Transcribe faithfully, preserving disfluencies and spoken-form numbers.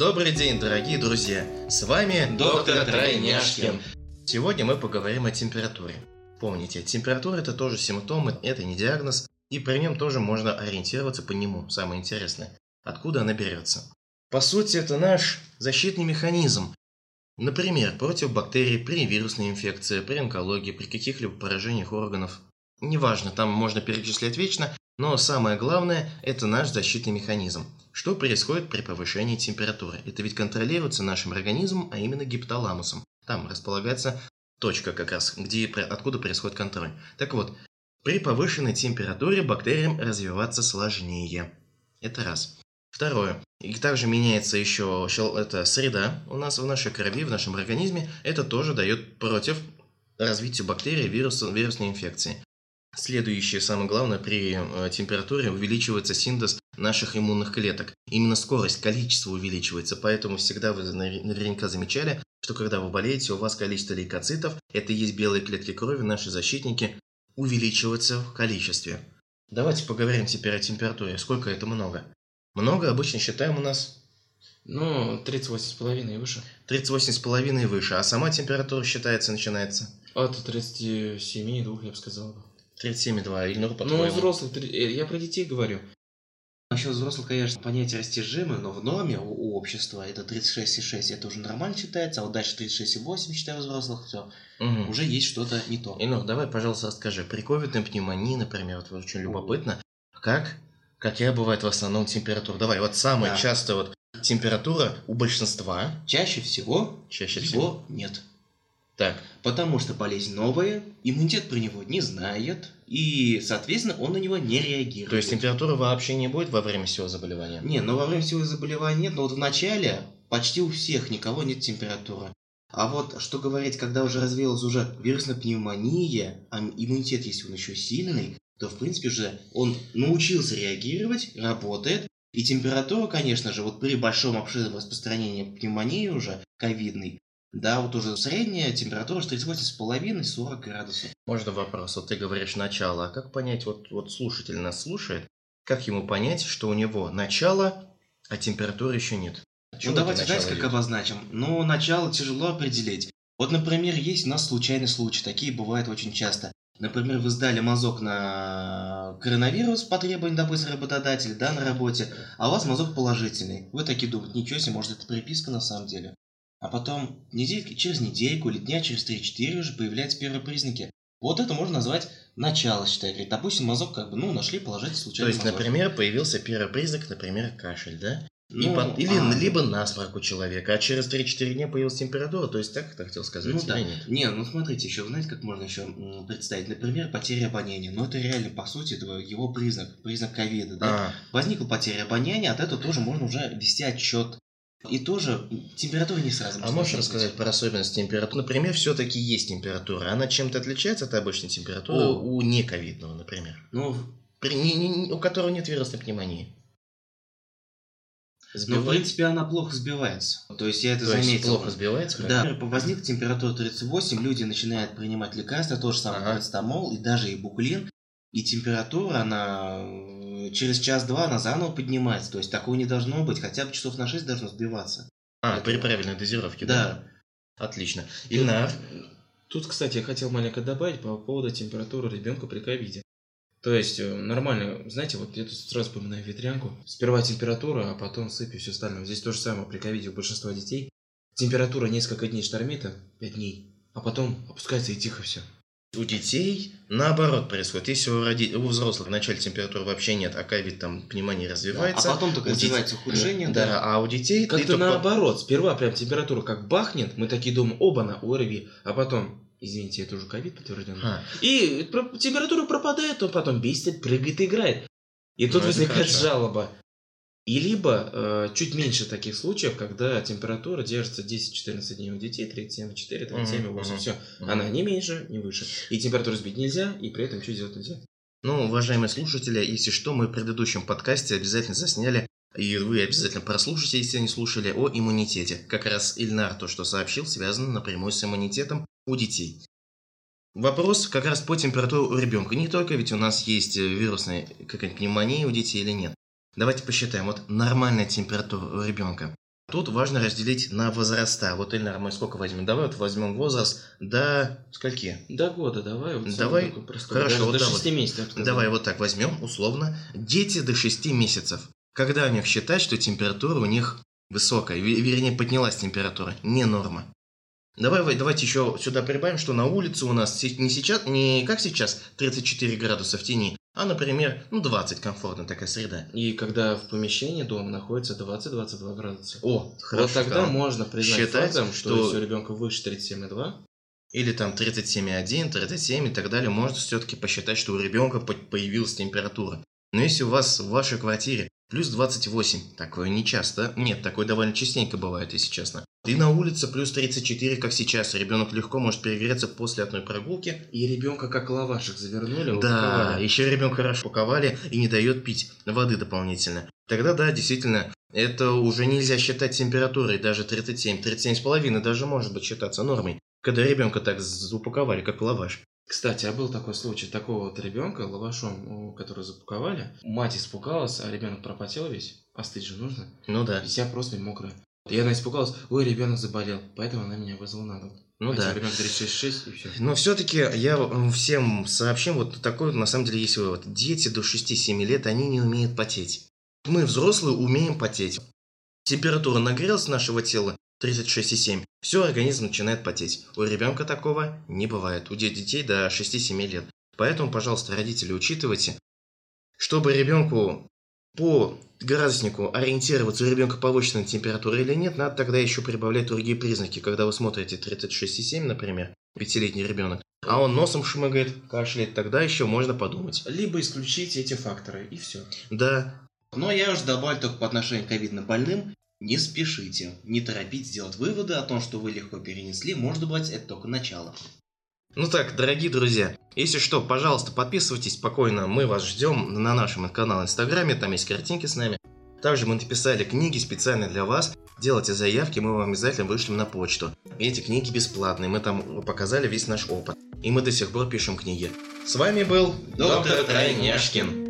Добрый день, дорогие друзья! С вами доктор Тройняшкин. Сегодня мы поговорим о температуре. Помните, температура – это тоже симптом, это не диагноз, и при нем тоже можно ориентироваться по нему. Самое интересное, откуда она берется. По сути, это наш защитный механизм. Например, против бактерий при вирусной инфекции, при онкологии, при каких-либо поражениях органов. Неважно, там можно перечислять вечно, но самое главное – это наш защитный механизм. Что происходит при повышении температуры? Это ведь контролируется нашим организмом, а именно гипоталамусом. Там располагается точка как раз, где, откуда происходит контроль. Так вот, при повышенной температуре бактериям развиваться сложнее. Это раз. Второе. И также меняется еще эта среда у нас в нашей крови, в нашем организме. Это тоже дает против развитию бактерий вируса, вирусной инфекции. Следующее, самое главное, при э, температуре увеличивается синтез наших иммунных клеток. Именно скорость, количество увеличивается. Поэтому всегда вы наверняка замечали, что когда вы болеете, у вас количество лейкоцитов, это и есть белые клетки крови, наши защитники, увеличивается в количестве. Давайте поговорим теперь о температуре. Сколько это много? Много обычно считаем у нас? Ну, тридцать восемь с половиной и выше. тридцать восемь с половиной и выше. А сама температура считается, начинается? От тридцати семи и двух, я бы сказал. тридцать семь и два. Ильнур, по-твоему? Ну, взрослых, я про детей говорю. Насчет взрослых, конечно, понятие растяжимое, но в норме у, у общества это тридцать шесть и шесть, это уже нормально считается, а вот дальше тридцать шесть и восемь, считаю, взрослых, все, угу. Уже есть что-то не то. Ильнур, давай, пожалуйста, расскажи, при ковидной пневмонии, например, вот очень любопытно, как, какая бывает в основном температура? Давай, вот самая да. частая вот температура у большинства. Чаще всего, Чаще его всего нет. Так. Потому что болезнь новая, иммунитет про него не знает, и, соответственно, он на него не реагирует. То есть температуры вообще не будет во время всего заболевания? Не, ну во время всего заболевания нет, но вот в начале почти у всех никого нет температуры. А вот что говорить, когда уже развилась уже вирусная пневмония, а иммунитет, если он еще сильный, то, в принципе, же он научился реагировать, работает, и температура, конечно же, вот при большом обширном распространении пневмонии уже, ковидной, да, вот уже средняя температура тридцать восемь с половиной - сорок градусов. Можно вопрос? Вот ты говоришь начало, а как понять, вот, вот слушатель нас слушает, как ему понять, что у него начало, а температуры еще нет? Ну давайте, знаете, как обозначим? Ну, начало тяжело определить. Вот, например, есть у нас случайный случай, такие бывают очень часто. Например, вы сдали мазок на коронавирус по требованию, допустим, работодателя, да, на работе, а у вас мазок положительный. Вы такие думаете, ничего себе, может, это приписка на самом деле. А потом недельки, через недельку или дня через три-четыре уже появляются первые признаки. Вот это можно назвать начало, считаю. Говорит, допустим, мазок как бы, ну, нашли положительный случайный мазок. То есть, мазок. например, появился первый признак, например, кашель, да? Ну, И по... Или а... либо насморк у человека, а через три-четыре дня появилась температура, то есть так ты хотел сказать? Ну да. Нет? Не, ну смотрите, еще знаете, как можно еще представить? Например, потеря обоняния. Но это реально, по сути, это его признак, признак ковида, да? А. Возникла потеря обоняния, от этого тоже можно уже вести отчет. И тоже температура не сразу. А можешь рассказать про особенности температуры? Например, все-таки есть температура. Она чем-то отличается от обычной температуры О. у нековидного, например? Ну, При, не, не, у которого нет вирусной пневмонии. Ну, в принципе, она плохо сбивается. То есть я это То заметил. Есть плохо сбивается? Как? Да. Возникла температура тридцать восемь, люди начинают принимать лекарства, то же самое ага. парацетамол и даже ибуклин. И температура, она через час-два она заново поднимается. То есть такого не должно быть. Хотя бы часов на шесть должно сбиваться. А, это... при правильной дозировке, да? Да. Отлично. Ильнар? Тут, кстати, я хотел маленько добавить по поводу температуры ребенка при ковиде. То есть нормально, знаете, вот я тут сразу вспоминаю ветрянку. Сперва температура, а потом сыпь и все остальное. Здесь то же самое при ковиде у большинства детей. Температура несколько дней штормит, пять дней, а потом опускается и тихо все. У детей наоборот происходит. Если у, роди... у взрослых в начале температуры вообще нет, а ковид там пневмония развивается. Да, а потом только развивается дет... ухудшение. Да, да, а у детей... Как-то наоборот. Сперва прям температура как бахнет, мы такие думаем, оба-на, ОРВИ, а потом... Извините, это уже ковид подтвержден. А. И температура пропадает, он потом бесит, прыгает и играет. И тут ну, возникает жалоба. И либо э, чуть меньше таких случаев, когда температура держится десять-четырнадцать дней у детей, тридцать семь и четыре, тридцать семь и восемь, все. Она не меньше, не выше. И температуру сбить нельзя, и при этом ничего делать нельзя. Ну, уважаемые слушатели, если что, мы в предыдущем подкасте обязательно засняли, и вы обязательно прослушайте, если не слушали, о иммунитете. Как раз Ильнар то, что сообщил, связано напрямую с иммунитетом у детей. Вопрос как раз по температуре у ребенка. Не только ведь у нас есть вирусная какая-нибудь пневмония у детей или нет. Давайте посчитаем. Вот нормальная температура у ребенка. Тут важно разделить на возраста. Вот, Эльнар, мы сколько возьмем? Давай вот возьмем возраст до скольки? До года давай. Вот давай. Простой, хорошо, вот до да, шести вот. месяцев. Давай вот так возьмем, условно. Дети до шести месяцев. Когда у них считать, что температура у них высокая, вернее, поднялась температура, не норма. Давай, давайте еще сюда прибавим, что на улице у нас не сейчас, не как сейчас, тридцать четыре градуса в тени, а, например, ну двадцать, комфортная такая среда. И когда в помещении дома находится двадцать-двадцать два градуса. О, хорошо. Вот тогда можно признать считать, фактом, что, что если у ребенка выше тридцать семь и два, или там тридцать семь и один, тридцать семь и так далее, можно все-таки посчитать, что у ребенка появилась температура. Но если у вас в вашей квартире плюс двадцать восемь, такое не часто, нет, такое довольно частенько бывает, если честно. И на улице плюс тридцать четыре, как сейчас, ребенок легко может перегреться после одной прогулки. И ребенка как лавашек завернули, да, упаковали. еще ребенка хорошо упаковали и не дает пить воды дополнительно. Тогда да, действительно, это уже нельзя считать температурой, даже тридцать семь, тридцать семь с половиной даже может быть считаться нормой, когда ребенка так упаковали, как лаваш. Кстати, а был такой случай, такого вот ребенка лавашом, который запаковали, мать испугалась, а ребенок пропотел весь, остыть же нужно. Ну да. Вся просто мокрая. И она испугалась, ой, ребенок заболел, поэтому она меня вызвала на дом. Ну а да. Ребенок тридцать шесть шесть и все. Но все-таки я всем сообщим, вот такой вот на самом деле есть вывод. Дети до шести-семи лет, они не умеют потеть. Мы, взрослые, умеем потеть. Температура нагрелась нашего тела тридцать шесть и семь, все, организм начинает потеть. У ребенка такого не бывает, у детей до шести-семи лет. Поэтому, пожалуйста, родители, учитывайте, чтобы ребенку по градуснику ориентироваться, у ребенка повышенная температура или нет, надо тогда еще прибавлять другие признаки. Когда вы смотрите тридцать шесть и семь, например, пятилетний ребенок, а он носом шмыгает, кашляет, тогда еще можно подумать. Либо исключить эти факторы, и все. Да. Но я уже добавлю только по отношению к ковидно больным. Не спешите, не торопитесь делать выводы о том, что вы легко перенесли, может быть, это только начало. Ну так, дорогие друзья, если что, пожалуйста, подписывайтесь спокойно, мы вас ждем на нашем канале Инстаграме, там есть картинки с нами. Также мы написали книги специально для вас, делайте заявки, мы вам обязательно вышлем на почту. И эти книги бесплатные, мы там показали весь наш опыт. И мы до сих пор пишем книги. С вами был доктор Тройняшкин.